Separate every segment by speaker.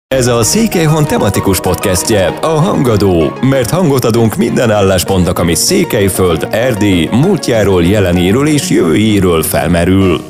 Speaker 1: Ez a Székelyhon tematikus podcastje, a Hangadó, mert hangot adunk minden álláspontnak, ami Székelyföld, Erdély, múltjáról, jelenéről és jövőjéről felmerül.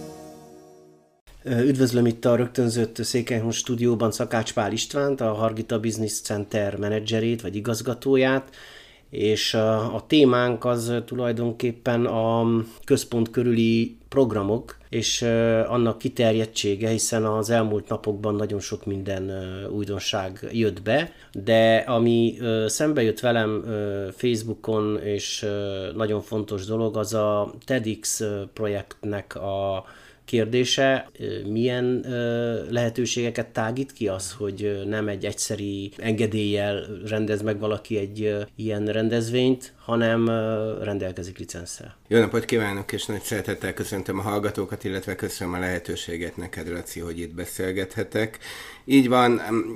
Speaker 2: Üdvözlöm itt a rögtönzött Székelyhon stúdióban Szakács Pál Istvánt, a Hargita Business Center menedzserét vagy igazgatóját, és a témánk az tulajdonképpen a központ körüli programok, és annak kiterjedtsége, hiszen az elmúlt napokban nagyon sok minden újdonság jött be, de ami szembe jött velem Facebookon, és nagyon fontos dolog, az a TEDx projektnek a kérdése. Milyen lehetőségeket tágít ki az, hogy nem egy egyszeri engedéllyel rendez meg valaki egy ilyen rendezvényt, hanem rendelkezik licenszel.
Speaker 3: Jó napot kívánok, és nagy szeretettel köszöntöm a hallgatókat, illetve köszönöm a lehetőséget neked, Laci, hogy itt beszélgethetek. Így van,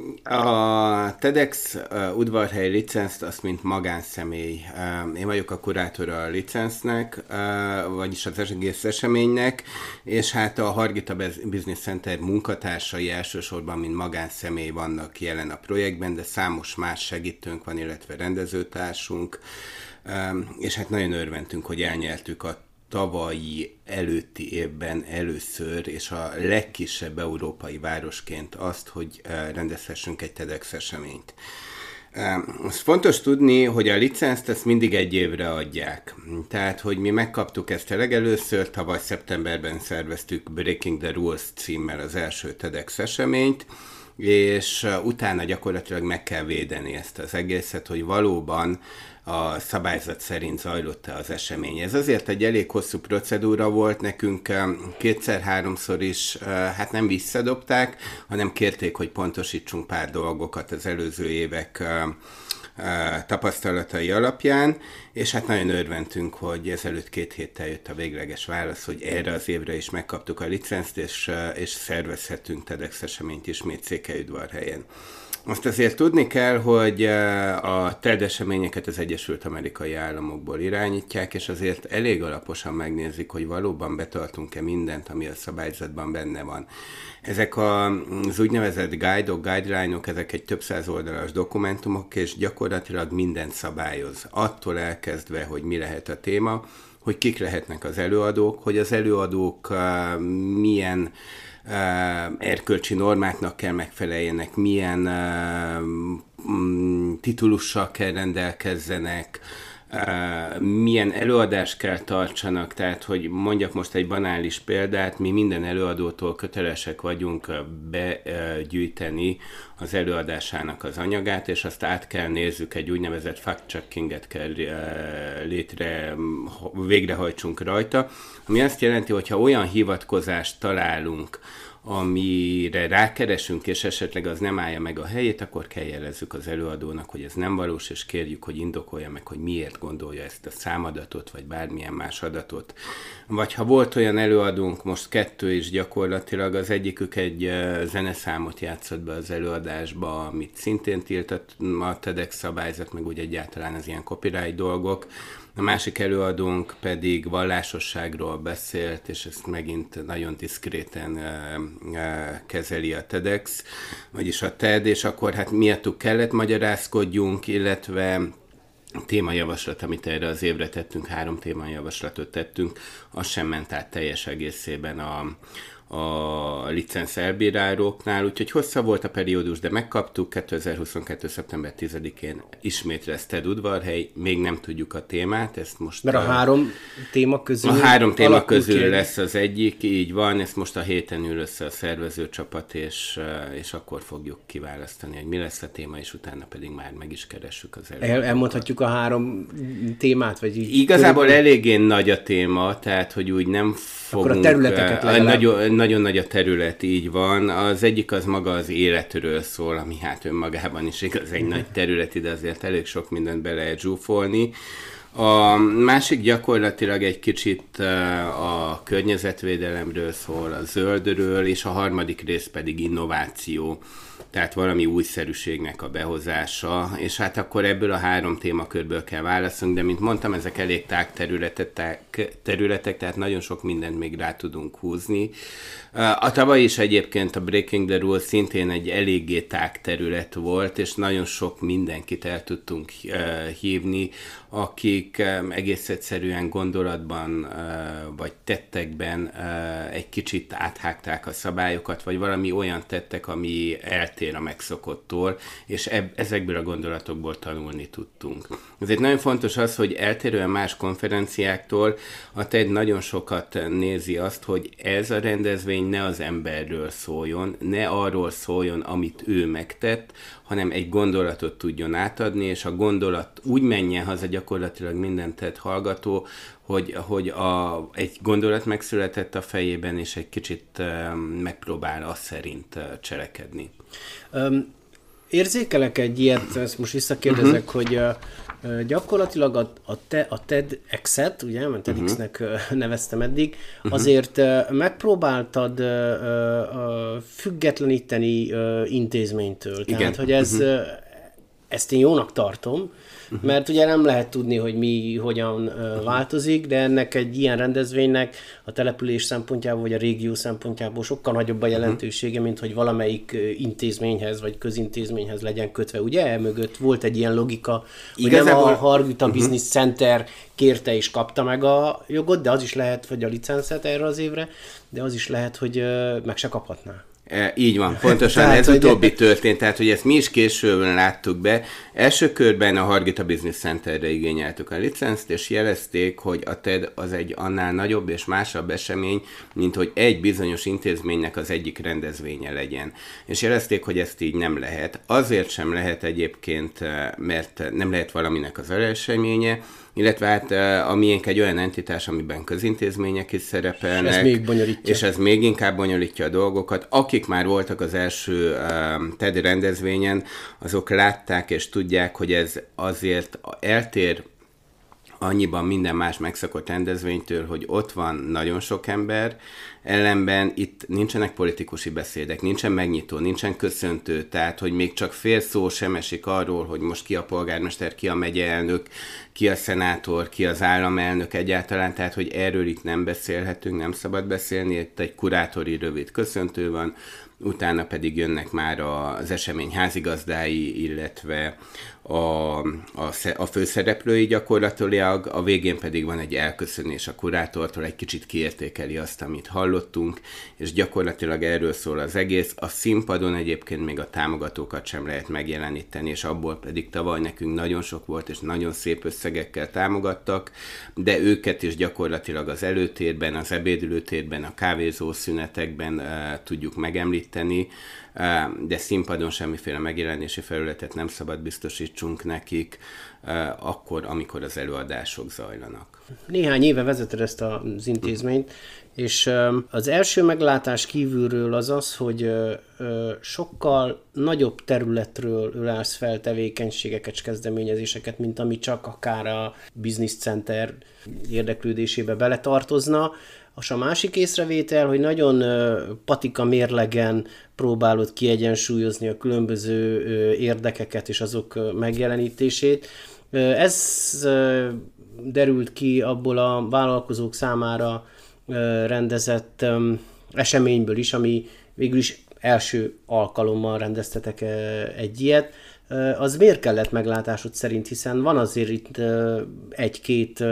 Speaker 3: a TEDx udvarhely licenszt, azt mint magánszemély. Én vagyok a kurátora a licensznek, vagyis az egész eseménynek, és hát a Hargita Business Center munkatársai elsősorban, mint magánszemély vannak jelen a projektben, de számos más segítőnk van, illetve rendezőtársunk, és hát nagyon örvendtünk, hogy elnyertük a tavalyi előtti évben először, és a legkisebb európai városként azt, hogy rendezhessünk egy TEDx eseményt. Azt fontos tudni, hogy a licenszt ezt mindig egy évre adják. Tehát, hogy mi megkaptuk ezt a legelőször, tavaly szeptemberben szerveztük Breaking the Rules címmel az első TEDx eseményt, és utána gyakorlatilag meg kell védeni ezt az egészet, hogy valóban a szabályzat szerint zajlott az esemény. Ez azért egy elég hosszú procedúra volt, nekünk kétszer-háromszor is hát nem visszadobták, hanem kérték, hogy pontosítsunk pár dolgokat az előző évek tapasztalatai alapján, és hát nagyon örvendtünk, hogy ezelőtt 2 héttel jött a végleges válasz, hogy erre az évre is megkaptuk a licenzt, és szervezhetünk TEDx eseményt ismét Székelyudvarhelyen. Azt azért tudni kell, hogy a TED eseményeket az Egyesült Amerikai Államokból irányítják, és azért elég alaposan megnézik, hogy valóban betartunk-e mindent, ami a szabályzatban benne van. Ezek az úgynevezett guide-ok, guideline-ok, ezek egy több száz oldalas dokumentumok, és gyakorlatilag mindent szabályoz. Attól elkezdve, hogy mi lehet a téma, hogy kik lehetnek az előadók, hogy az előadók milyen erkölcsi normáknak kell megfeleljenek, milyen titulussal kell rendelkezzenek, milyen előadást kell tartsanak, tehát hogy mondjak most egy banális példát, mi minden előadótól kötelesek vagyunk begyűjteni az előadásának az anyagát, és azt át kell nézzük, egy úgynevezett fact-checkinget kell végrehajtsunk rajta, ami azt jelenti, hogy ha olyan hivatkozást találunk, amire rákeresünk, és esetleg az nem állja meg a helyét, akkor kell jelezzük az előadónak, hogy ez nem valós, és kérjük, hogy indokolja meg, hogy miért gondolja ezt a számadatot, vagy bármilyen más adatot. Vagy ha volt olyan előadónk, most 2 is gyakorlatilag, az egyikük egy zeneszámot játszott be az előadásba, amit szintén tiltott a TEDx szabályzat, meg úgy egyáltalán az ilyen copyright dolgok. A másik előadónk pedig vallásosságról beszélt, és ezt megint nagyon diszkréten kezeli a TEDx, vagyis a TED, és akkor hát miattuk kellett magyarázkodjunk, illetve témajavaslat, amit erre az évre tettünk, 3 témajavaslatot tettünk, az sem ment át teljes egészében a licensz elbírálóknál, úgyhogy hosszabb volt a periódus, de megkaptuk. 2022. szeptember 10-én ismét lesz TED udvarhely, még nem tudjuk a témát, ezt most...
Speaker 2: Mert a 3 téma közül...
Speaker 3: A 3 téma közül lesz az egyik, így van, ezt most a héten ül össze a szervezőcsapat, és akkor fogjuk kiválasztani, hogy mi lesz a téma, és utána pedig már meg is keressük az előadást.
Speaker 2: Elmondhatjuk a 3 témát? Vagy így
Speaker 3: igazából eléggé nagy a téma, tehát hogy úgy nem fogunk...
Speaker 2: Akkor a területeket legalább...
Speaker 3: Nagyon nagy a terület, így van. Az egyik az maga az életről szól, ami hát önmagában is igaz egy nagy terület, de azért elég sok mindent be lehet zsúfolni. A másik gyakorlatilag egy kicsit a környezetvédelemről szól, a zöldről, és a harmadik rész pedig innováció. tehát valami újszerűségnek a behozása, és hát akkor ebből a 3 témakörből kell válaszolni, de mint mondtam, ezek elég tág területek, tehát nagyon sok mindent még rá tudunk húzni. A tavaly is egyébként a Breaking the Rules szintén egy eléggé tág terület volt, és nagyon sok mindenkit el tudtunk hívni, akik egész egyszerűen gondolatban vagy tettekben egy kicsit áthágták a szabályokat, vagy valami olyan tettek, ami eltér a megszokottól, és ezekből a gondolatokból tanulni tudtunk. Ezért nagyon fontos az, hogy eltérően más konferenciáktól a TED nagyon sokat nézi azt, hogy ez a rendezvény ne az emberről szóljon, ne arról szóljon, amit ő megtett, hanem egy gondolatot tudjon átadni, és a gondolat úgy menjen haza gyakorlatilag minden TED hallgató, hogy egy gondolat megszületett a fejében, és egy kicsit megpróbál azt szerint cselekedni.
Speaker 2: Érzékelek egy ilyet, ezt most visszakérdezek, hogy gyakorlatilag a TEDx-et, ugye, mert TEDx-nek neveztem eddig, azért megpróbáltad függetleníteni intézménytől. Igen. Tehát, hogy ezt én jónak tartom, mert ugye nem lehet tudni, hogy mi hogyan változik, de ennek egy ilyen rendezvénynek a település szempontjából, vagy a régió szempontjából sokkal nagyobb a jelentősége, mint hogy valamelyik intézményhez, vagy közintézményhez legyen kötve. Ugye, mögött volt egy ilyen logika, hogy igazából nem a Hargita Business Center kérte és kapta meg a jogot, de az is lehet, hogy a licenszet erre az évre, de az is lehet, hogy meg se kaphatná.
Speaker 3: Így van, pontosan ez utóbbi történt, tehát hogy ezt mi is később láttuk be. Első körben a Hargita Business Centerre igényeltük a licenszt, és jelezték, hogy a TED az egy annál nagyobb és másabb esemény, mint hogy egy bizonyos intézménynek az egyik rendezvénye legyen. És jelezték, hogy ezt így nem lehet. Azért sem lehet egyébként, mert nem lehet valaminek az eseménye, illetve hát a miénk egy olyan entitás, amiben közintézmények is szerepelnek, és ez még inkább bonyolítja a dolgokat. Akik már voltak az első TED rendezvényen, azok látták és tudják, hogy ez azért eltér annyiban minden más megszokott rendezvénytől, hogy ott van nagyon sok ember, ellenben itt nincsenek politikusi beszédek, nincsen megnyitó, nincsen köszöntő, tehát hogy még csak fél szó sem esik arról, hogy most ki a polgármester, ki a megyeelnök, ki a szenátor, ki az államelnök egyáltalán, tehát hogy erről itt nem beszélhetünk, nem szabad beszélni, itt egy kurátori rövid köszöntő van, utána pedig jönnek már az esemény házigazdái, illetve a főszereplői gyakorlatilag, a végén pedig van egy elköszönés a kurátortól, egy kicsit kiértékeli azt, amit hallottunk, és gyakorlatilag erről szól az egész. A színpadon egyébként még a támogatókat sem lehet megjeleníteni, és abból pedig tavaly nekünk nagyon sok volt, és nagyon szép összegekkel támogattak, de őket is gyakorlatilag az előtérben, az ebédlőtérben, a kávézószünetekben tudjuk megemlíteni, de színpadon semmiféle megjelenési felületet nem szabad biztosítsunk nekik, akkor, amikor az előadások zajlanak.
Speaker 2: Néhány éve vezeted ezt az intézményt, és az első meglátás kívülről az, hogy sokkal nagyobb területről állsz fel tevékenységeket, kezdeményezéseket, mint ami csak akár a Business Center érdeklődésébe beletartozna. A másik észrevétel, hogy nagyon patika mérlegen próbálod kiegyensúlyozni a különböző érdekeket és azok megjelenítését. Ez derült ki abból a vállalkozók számára rendezett eseményből is, ami végül is első alkalommal rendeztetek egy ilyet. Az miért kellett meglátásod szerint, hiszen van azért itt egy-két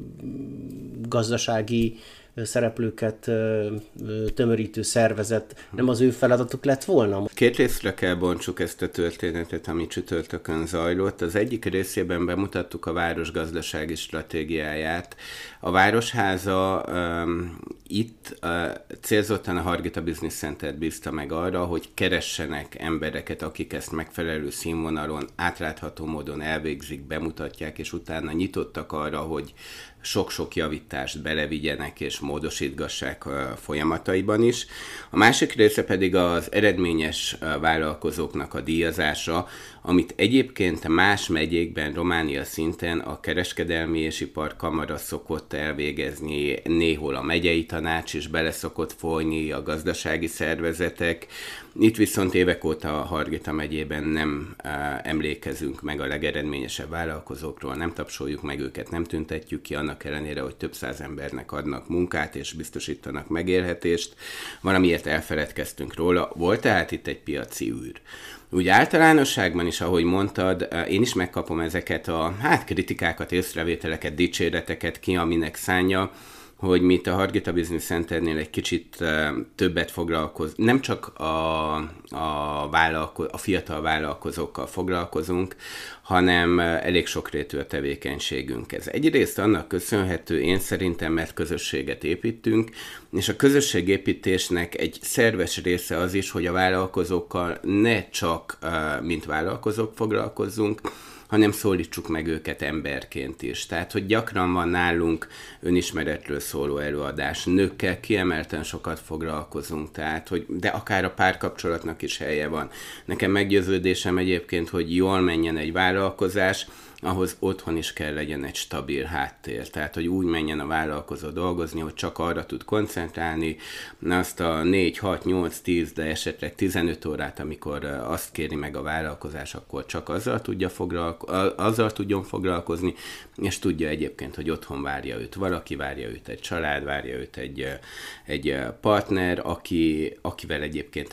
Speaker 2: gazdasági szereplőket tömörítő szervezet, nem az ő feladatuk lett volna?
Speaker 3: Két részre kell bontsuk ezt a történetet, ami csütörtökön zajlott. Az egyik részében bemutattuk a város gazdasági stratégiáját. A Városháza itt célzottan a Hargita Business Center bízta meg arra, hogy keressenek embereket, akik ezt megfelelő színvonalon, átlátható módon elvégzik, bemutatják, és utána nyitottak arra, hogy sok-sok javítást belevigyenek és módosítgassák a folyamataiban is. A másik része pedig az eredményes vállalkozóknak a díjazása, amit egyébként más megyékben, Románia szinten a kereskedelmi és iparkamara szokott elvégezni, néhol a megyei tanács is bele szokott folyni, a gazdasági szervezetek, Itt viszont évek óta a Hargita megyében nem emlékezünk meg a legeredményesebb vállalkozókról, nem tapsoljuk meg őket, nem tüntetjük ki, annak ellenére, hogy több száz embernek adnak munkát és biztosítanak megélhetést. Valamiért elfeledkeztünk róla. Volt tehát itt egy piaci űr. Úgy általánosságban is, ahogy mondtad, én is megkapom ezeket a kritikákat, észrevételeket, dicséreteket ki, aminek szánja, hogy mi itt a Hargita Business Centernél egy kicsit többet foglalkozunk, nem csak a fiatal vállalkozókkal foglalkozunk, hanem elég sokrétű a tevékenységünk. Ez egyrészt annak köszönhető, én szerintem, mert közösséget építünk, és a közösségépítésnek egy szerves része az is, hogy a vállalkozókkal ne csak mint vállalkozók foglalkozzunk, hanem szólítsuk meg őket emberként is. Tehát, hogy gyakran van nálunk önismeretről szóló előadás, nőkkel kiemelten sokat foglalkozunk, tehát, de akár a párkapcsolatnak is helye van. Nekem meggyőződésem egyébként, hogy jól menjen egy vállalkozás, ahhoz otthon is kell legyen egy stabil háttér. Tehát, hogy úgy menjen a vállalkozó dolgozni, hogy csak arra tud koncentrálni, azt a 4, 6, 8, 10, de esetleg 15 órát, amikor azt kéri meg a vállalkozás, akkor csak azzal tudjon foglalkozni, és tudja egyébként, hogy otthon várja őt valaki, várja őt egy család, várja őt egy partner, akivel egyébként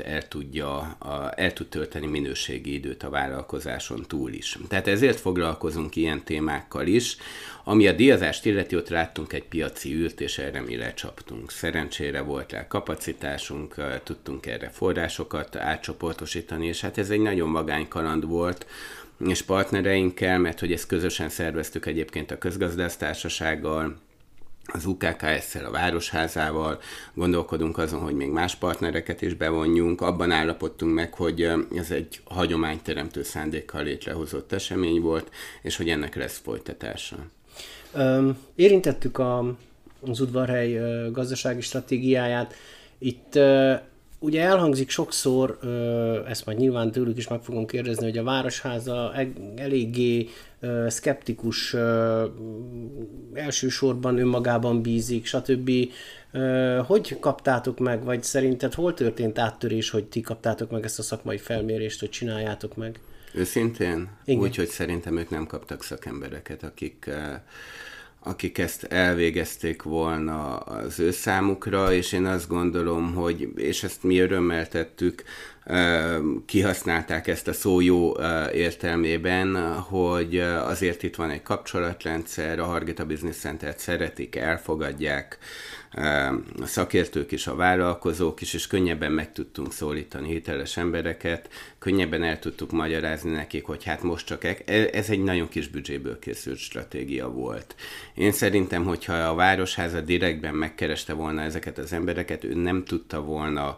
Speaker 3: el tud tölteni minőségi időt a vállalkozáson túl is. Tehát ezért foglalkozunk ilyen témákkal is. Ami a díjazást illeti, ott láttunk egy piaci űrt, és erre mi lecsaptunk. Szerencsére volt rá kapacitásunk, tudtunk erre forrásokat átcsoportosítani, és hát ez egy nagyon vagány kaland volt, és partnereinkkel, mert hogy ezt közösen szerveztük egyébként a Közgazdásztársasággal, az UKKS-szel, a Városházával, gondolkodunk azon, hogy még más partnereket is bevonjunk. Abban állapodtunk meg, hogy ez egy hagyományteremtő szándékkal létrehozott esemény volt, és hogy ennek lesz folytatása.
Speaker 2: Érintettük az Udvarhely gazdasági stratégiáját. Itt ugye elhangzik sokszor, ezt majd nyilván tőlük is meg fogom kérdezni, hogy a Városháza eléggé szkeptikus, elsősorban önmagában bízik, stb. Hogy kaptátok meg, vagy szerinted hol történt áttörés, hogy ti kaptátok meg ezt a szakmai felmérést, hogy csináljátok meg?
Speaker 3: Őszintén? Úgy, hogy szerintem ők nem kaptak szakembereket, akik ezt elvégezték volna az ő számukra, és én azt gondolom, hogy, és ezt mi örömmel tettük, kihasználták ezt a szó jó értelmében, hogy azért itt van egy kapcsolatrendszer, a Hargita Business Centert szeretik, elfogadják, a szakértők is, a vállalkozók is, és könnyebben meg tudtunk szólítani hiteles embereket, könnyebben el tudtuk magyarázni nekik, hogy hát most csak ez egy nagyon kis büdzséből készült stratégia volt. Én szerintem, hogyha a Városháza direktben megkereste volna ezeket az embereket, ő nem tudta volna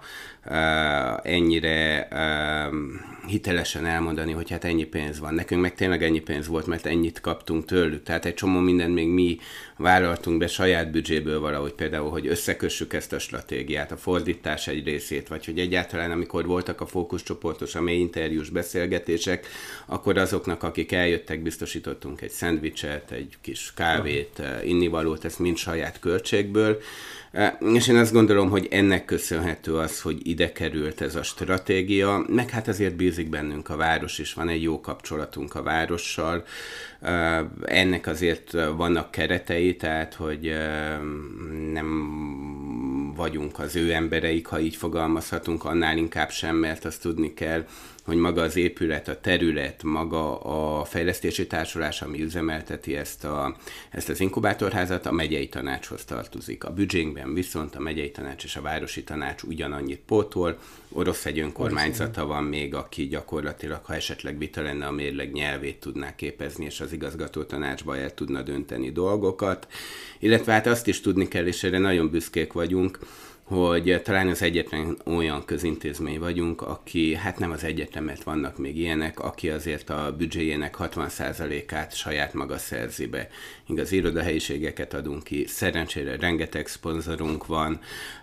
Speaker 3: ennyire hitelesen elmondani, hogy hát ennyi pénz van. Nekünk meg tényleg ennyi pénz volt, mert ennyit kaptunk tőlük. Tehát egy csomó mindent még mi vállaltunk be saját büdzséből valahogy, például, hogy összekössük ezt a stratégiát, a fordítás egy részét, vagy hogy egyáltalán amikor voltak a fókuszcsoportos, a mély interjús beszélgetések, akkor azoknak, akik eljöttek, biztosítottunk egy szendvicset, egy kis kávét, innivalót, ezt mind saját költségből. És én azt gondolom, hogy ennek köszönhető az, hogy ide került ez a stratégia, meg hát azért bízik bennünk a város is, van egy jó kapcsolatunk a várossal, ennek azért vannak keretei, tehát hogy nem vagyunk az ő embereik, ha így fogalmazhatunk, annál inkább sem, mert azt tudni kell, hogy maga az épület, a terület, maga a fejlesztési társulás, ami üzemelteti ezt az inkubátorházat, a megyei tanácshoz tartozik. A büdzsénkben viszont a megyei tanács és a városi tanács ugyanannyit pótol, Oroszhegy önkormányzata van még, aki gyakorlatilag, ha esetleg vita lenne, a mérleg nyelvét tudná képezni, és az igazgató tanácsba el tudna dönteni dolgokat. Illetve hát azt is tudni kell, és erre nagyon büszkék vagyunk, hogy talán az egyetlen olyan közintézmény vagyunk, aki, hát nem az egyetlen, mert vannak még ilyenek, aki azért a büdzséjének 60%-át saját maga szerzi be. Igaz, irodahelyiségeket adunk ki, szerencsére rengeteg szponzorunk van,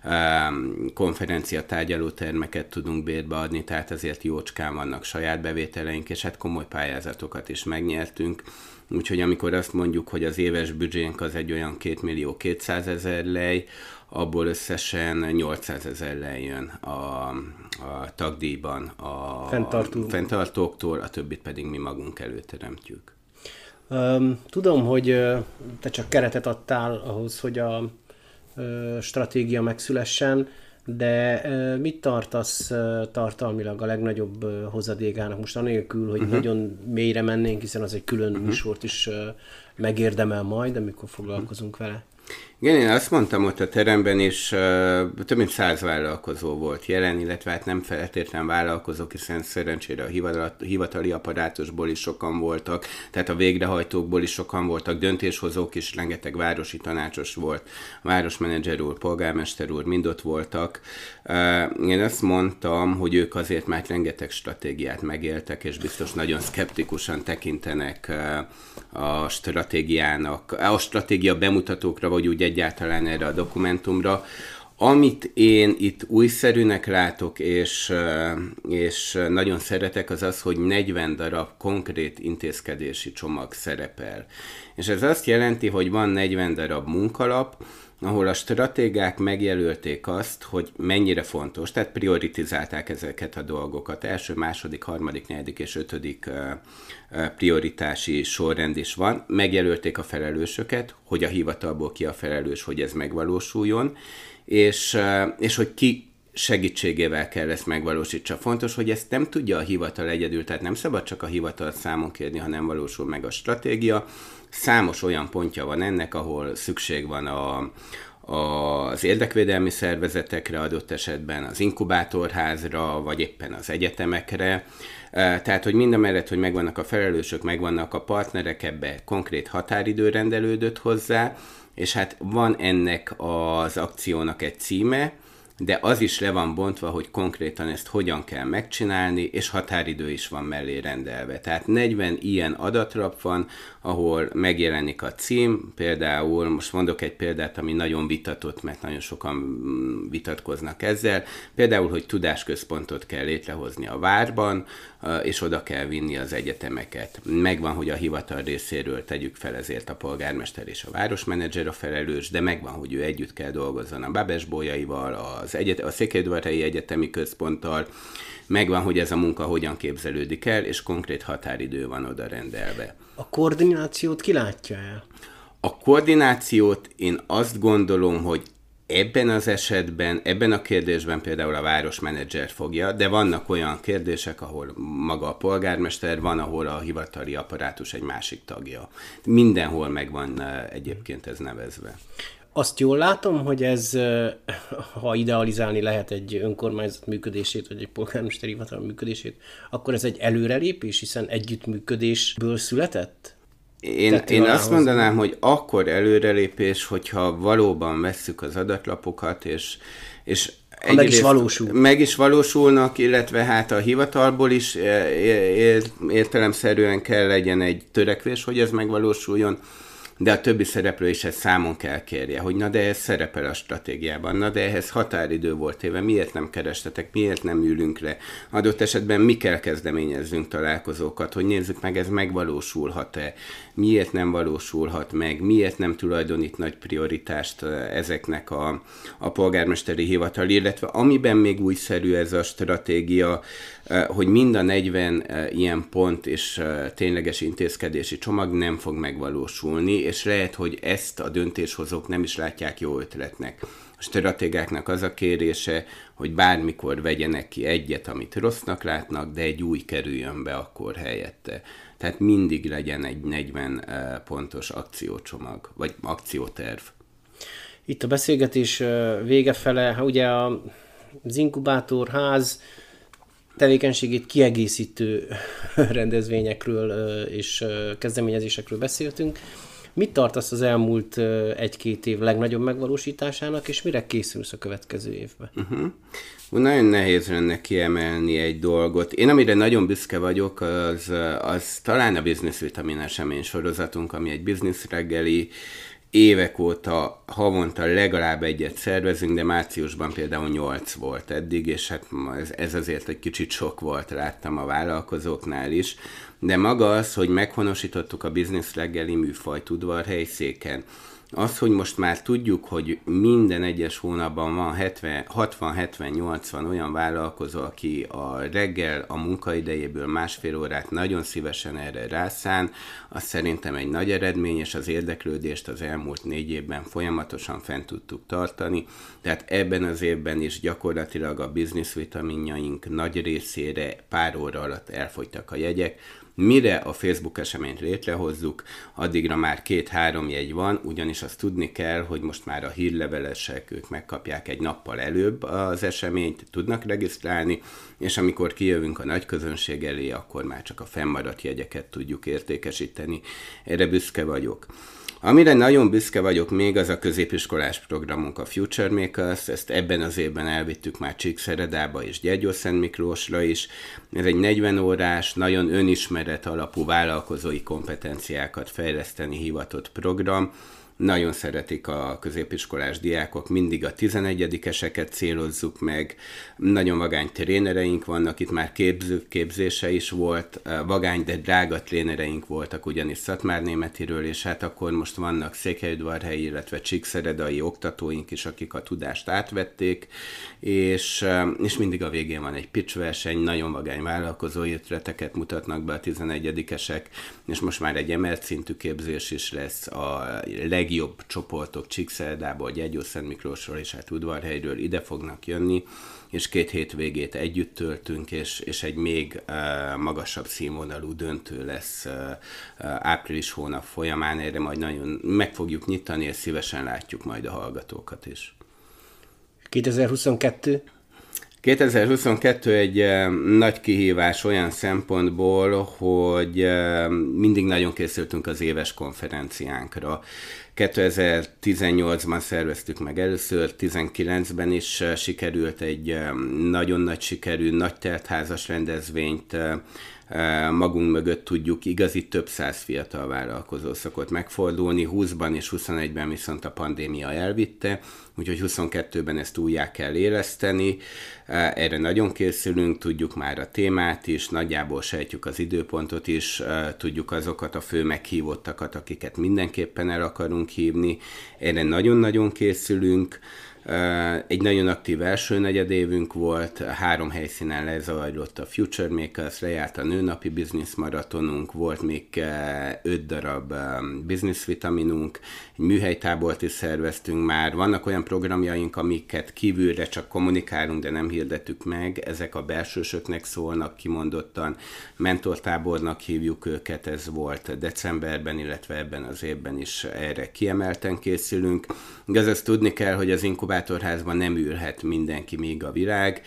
Speaker 3: konferencia tárgyalótermeket tudunk bérbe adni, tehát azért jócskán vannak saját bevételeink, és hát komoly pályázatokat is megnyertünk. úgyhogy amikor azt mondjuk, hogy az éves büdzsénk az egy olyan 2.200.000 lej, abból összesen 800.000 lej jön a tagdíjban a fenntartóktól, a többit pedig mi magunk előteremtjük.
Speaker 2: Tudom, hogy te csak keretet adtál ahhoz, hogy a stratégia megszülessen, de mit tartasz tartalmilag a legnagyobb hozadékának most anélkül, hogy nagyon mélyre mennénk, hiszen az egy külön műsort is megérdemel majd, amikor foglalkozunk vele.
Speaker 3: Igen, én azt mondtam ott a teremben, és több mint 100 vállalkozó volt jelen, illetve hát nem feltétlenül vállalkozók, hiszen szerencsére a hivatali apparátusból is sokan voltak, tehát a végrehajtókból is sokan voltak, döntéshozók is, rengeteg városi tanácsos volt, városmenedzser úr, polgármester úr, mind ott voltak. Én azt mondtam, hogy ők azért már rengeteg stratégiát megéltek, és biztos nagyon szkeptikusan tekintenek a stratégiának, a stratégia bemutatókra, vagy úgy egyáltalán erre a dokumentumra. Amit én itt újszerűnek látok, és nagyon szeretek, az az, hogy 40 darab konkrét intézkedési csomag szerepel. És ez azt jelenti, hogy van 40 darab munkalap, ahol a stratégák megjelölték azt, hogy mennyire fontos, tehát prioritizálták ezeket a dolgokat. Első, második, harmadik, negyedik és ötödik prioritási sorrend is van. Megjelölték a felelősöket, hogy a hivatalból ki a felelős, hogy ez megvalósuljon, és hogy ki segítségével kell ezt megvalósítsa. Fontos, hogy ezt nem tudja a hivatal egyedül, tehát nem szabad csak a hivatal számon kérni, ha nem valósul meg a stratégia. Számos olyan pontja van ennek, ahol szükség van az érdekvédelmi szervezetekre, adott esetben az inkubátorházra, vagy éppen az egyetemekre. Tehát, hogy mindamellett, hogy megvannak a felelősök, megvannak a partnerek, ebbe konkrét határidő rendelődött hozzá, és hát van ennek az akciónak egy címe, de az is le van bontva, hogy konkrétan ezt hogyan kell megcsinálni, és határidő is van mellé rendelve. Tehát 40 ilyen adatrap van, ahol megjelenik a cím, például, most mondok egy példát, ami nagyon vitatott, mert nagyon sokan vitatkoznak ezzel, például, hogy tudásközpontot kell létrehozni a várban, és oda kell vinni az egyetemeket. Megvan, hogy a hivatal részéről tegyük fel ezért a polgármester és a városmenedzser a felelős, de megvan, hogy ő együtt kell dolgozzon a Babes-Bolyaival, a Székelyudvarhelyi Egyetemi Központtal, megvan, hogy ez a munka hogyan képzelődik el, és konkrét határidő van oda rendelve.
Speaker 2: A koordinációt ki látja el?
Speaker 3: A koordinációt én azt gondolom, hogy ebben az esetben, ebben a kérdésben például a városmenedzser fogja, de vannak olyan kérdések, ahol maga a polgármester van, ahol a hivatali apparátus egy másik tagja. Mindenhol megvan egyébként ez nevezve.
Speaker 2: Azt jól látom, hogy ez, ha idealizálni lehet egy önkormányzat működését, vagy egy polgármesteri hivatal működését, akkor ez egy előrelépés, hiszen együttműködésből született?
Speaker 3: Én azt mondanám, hogy akkor előrelépés, hogyha valóban vesszük az adatlapokat, és
Speaker 2: meg is valósul.
Speaker 3: Meg is valósulnak, illetve hát a hivatalból is értelemszerűen kell legyen egy törekvés, hogy ez megvalósuljon, de a többi szereplő is ezt számon kell kérje, hogy na de ez szerepel a stratégiában, na de ehhez határidő volt éve, miért nem kerestetek, miért nem ülünk le, adott esetben mi kell kezdeményezzünk találkozókat, hogy nézzük meg, ez megvalósulhat-e, miért nem valósulhat meg, miért nem tulajdonít nagy prioritást ezeknek a polgármesteri hivatal, illetve amiben még újszerű ez a stratégia, hogy mind a 40 ilyen pont és tényleges intézkedési csomag nem fog megvalósulni, és lehet, hogy ezt a döntéshozók nem is látják jó ötletnek. A stratégáknak az a kérése, hogy bármikor vegyenek ki egyet, amit rossznak látnak, de egy új kerüljön be akkor helyette. Tehát mindig legyen egy 40 pontos akciócsomag, vagy akcióterv.
Speaker 2: Itt a beszélgetés vége fele, ugye az inkubátorház tevékenységét kiegészítő rendezvényekről és kezdeményezésekről beszéltünk. Mit tartasz az elmúlt 1-2 év legnagyobb megvalósításának, és mire készülsz a következő évben?
Speaker 3: Nagyon nehéz lenne kiemelni egy dolgot. Én amire nagyon büszke vagyok, az talán a Business Vitamin esemény sorozatunk, ami egy business reggeli, évek óta havonta legalább egyet szervezünk, de márciusban például 8 volt eddig, és hát ez azért egy kicsit sok volt, láttam a vállalkozóknál is. De maga az, hogy meghonosítottuk a Business reggeli műfajt Udvarhelyszéken, az, hogy most már tudjuk, hogy minden egyes hónapban van 60-70-80 olyan vállalkozó, aki a reggel a munkaidejéből másfél órát nagyon szívesen erre rászán, az szerintem egy nagy eredmény, és az érdeklődést az elmúlt 4 évben folyamatosan fent tudtuk tartani. Tehát ebben az évben is gyakorlatilag a business vitaminjaink nagy részére pár óra alatt elfogytak a jegyek. Mire a Facebook eseményt létrehozzuk, addigra már 2-3 jegy van, ugyanis azt tudni kell, hogy most már a hírlevelesek, ők megkapják egy nappal előbb az eseményt, tudnak regisztrálni, és amikor kijövünk a nagy közönség elé, akkor már csak a fennmaradt jegyeket tudjuk értékesíteni. Erre büszke vagyok. Amire nagyon büszke vagyok még, az a középiskolás programunk, a Future Makers, ezt ebben az évben elvittük már Csíkszeredába és Gyergyószentmiklósra is. Ez egy 40 órás, nagyon önismeret alapú vállalkozói kompetenciákat fejleszteni hivatott program. Nagyon szeretik a középiskolás diákok, mindig a 11-eseket célozzuk meg, nagyon vagány trénereink vannak, itt már képzése is volt, vagány, de drága trénereink voltak, ugyanis Szatmárnémetiről, és hát akkor most vannak székelyudvarhelyi, illetve csíkszeredai oktatóink is, akik a tudást átvették, és mindig a végén van egy pitch verseny, nagyon vagány vállalkozói ötleteket mutatnak be a 11-esek, és most már egy emelt szintű képzés is lesz, a legjobb csoportok Csíkszeredából, Gyergyószentmiklósról és hát Udvarhelyről ide fognak jönni, és 2 hétvégét együtt töltünk, és egy még magasabb színvonalú döntő lesz április hónap folyamán, erre majd nagyon meg fogjuk nyitani, és szívesen látjuk majd a hallgatókat is.
Speaker 2: 2022?
Speaker 3: 2022 egy nagy kihívás olyan szempontból, hogy mindig nagyon készültünk az éves konferenciánkra. 2018-ban szerveztük meg először, 2019-ben is sikerült egy nagyon nagy sikerű, nagy teltházas rendezvényt magunk mögött tudjuk, igazi több száz fiatal vállalkozó szokott megfordulni, 20-ban és 21-ben viszont a pandémia elvitte, úgyhogy 22-ben ezt újjá kell éleszteni. Erre nagyon készülünk, tudjuk már a témát is, nagyjából sejtjük az időpontot is, tudjuk azokat a fő meghívottakat, akiket mindenképpen el akarunk hívni. Erre nagyon-nagyon készülünk. Egy nagyon aktív első negyedévünk volt, 3 helyszínen lezajlott a Future Makers, lejárt a nőnapi business maratonunk, volt még 5 darab business vitaminunk, egy műhelytábort is szerveztünk már, vannak olyan programjaink, amiket kívülre csak kommunikálunk, de nem hirdettük meg, ezek a belsősöknek szólnak kimondottan, mentortábornak hívjuk őket, ez volt decemberben, illetve ebben az évben is erre kiemelten készülünk. Igaz, azt tudni kell, hogy az inkubátorházban nem ülhet mindenki, még a virág.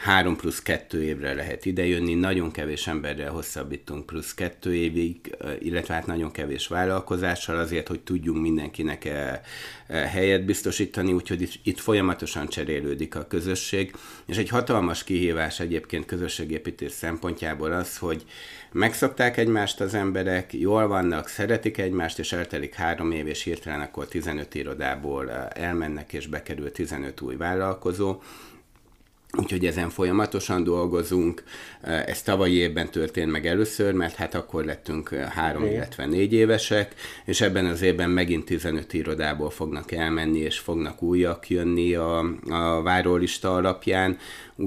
Speaker 3: 3+2 évre lehet idejönni, nagyon kevés emberrel hosszabbítunk +2 évig, illetve hát nagyon kevés vállalkozással azért, hogy tudjunk mindenkinek helyet biztosítani, úgyhogy itt folyamatosan cserélődik a közösség, és egy hatalmas kihívás egyébként közösségépítés szempontjából az, hogy megszokták egymást az emberek, jól vannak, szeretik egymást, és eltelik 3 év, és hirtelen akkor 15 irodából elmennek, és bekerül 15 új vállalkozó. Úgyhogy ezen folyamatosan dolgozunk. Ez tavalyi évben történt meg először, mert hát akkor lettünk 3, illetve 4 évesek, és ebben az évben megint 15 irodából fognak elmenni, és fognak újak jönni a várólista alapján,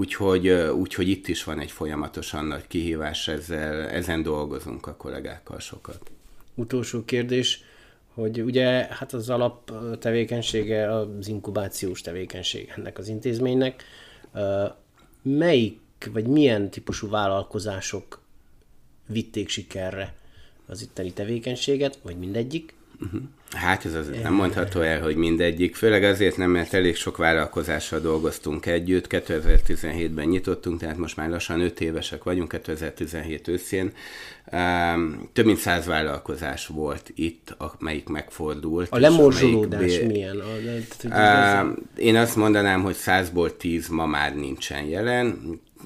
Speaker 3: úgyhogy itt is van egy folyamatosan nagy kihívás, ezen dolgozunk a kollégákkal sokat.
Speaker 2: Utolsó kérdés, hogy ugye hát az alap tevékenysége az inkubációs tevékenység ennek az intézménynek. Melyik, vagy milyen típusú vállalkozások vitték sikerre az itteni tevékenységet, vagy mindegyik?
Speaker 3: Hát ez azért nem mondható el, hogy mindegyik, főleg azért nem, mert elég sok vállalkozással dolgoztunk együtt, 2017-ben nyitottunk, tehát most már lassan 5 évesek vagyunk, 2017 őszén. Több mint 100 vállalkozás volt itt, amelyik megfordult.
Speaker 2: A lemorzsolódás milyen?
Speaker 3: Én azt mondanám, hogy 100-ból 10 ma már nincsen jelen.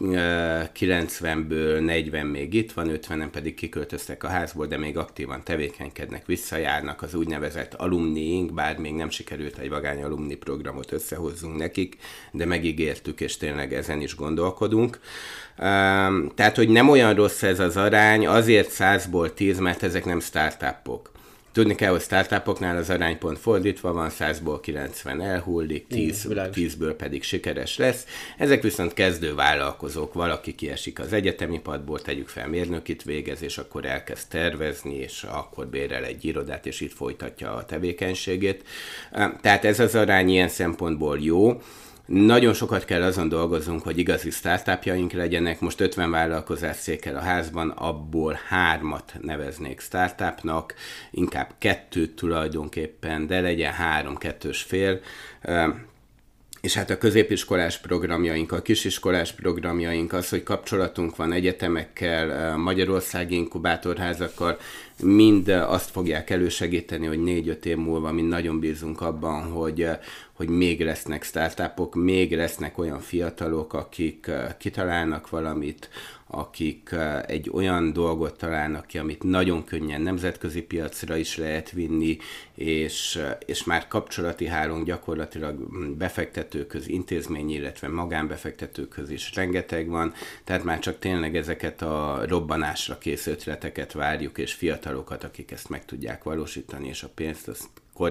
Speaker 3: 90-ből 40 még itt van, 50-en pedig kiköltöztek a házból, de még aktívan tevékenykednek, visszajárnak az úgynevezett alumniink, bár még nem sikerült egy vagány alumni programot összehozzunk nekik, de megígértük, és tényleg ezen is gondolkodunk. Tehát, hogy nem olyan rossz ez az arány, azért 100-ból 10, mert ezek nem startupok. Tudni kell, hogy startupoknál az aránypont fordítva van, 100-ból 90 elhullik, 10-ből pedig sikeres lesz. Ezek viszont kezdő vállalkozók, valaki kiesik az egyetemi padból, tegyük fel mérnökit végez, és akkor elkezd tervezni, és akkor bérel egy irodát, és itt folytatja a tevékenységét. Tehát ez az arány ilyen szempontból jó. Nagyon sokat kell azon dolgoznunk, hogy igazi startupjaink legyenek. Most 50 vállalkozás székel a házban, abból 3-at neveznék startupnak, inkább 2 tulajdonképpen, de legyen 3, 2,5. És hát a középiskolás programjaink, a kisiskolás programjaink, az, hogy kapcsolatunk van egyetemekkel, magyarországi inkubátorházakkal, mind azt fogják elősegíteni, hogy 4-5 év múlva mind nagyon bízunk abban, hogy még lesznek startupok, még lesznek olyan fiatalok, akik kitalálnak valamit, akik egy olyan dolgot találnak ki, amit nagyon könnyen nemzetközi piacra is lehet vinni, és már kapcsolati hálónk gyakorlatilag befektetőköz, intézményi, illetve magánbefektetőköz is rengeteg van, tehát már csak tényleg ezeket a robbanásra kész ötleteket várjuk, és fiatalokat, akik ezt meg tudják valósítani, és a pénzt azt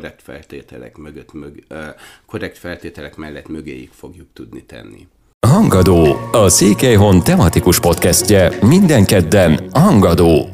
Speaker 3: korrekt feltételek mellett mögéig fogjuk tudni tenni.
Speaker 1: Hangadó, a Székelyhon tematikus podcastje minden kedden Hangadó.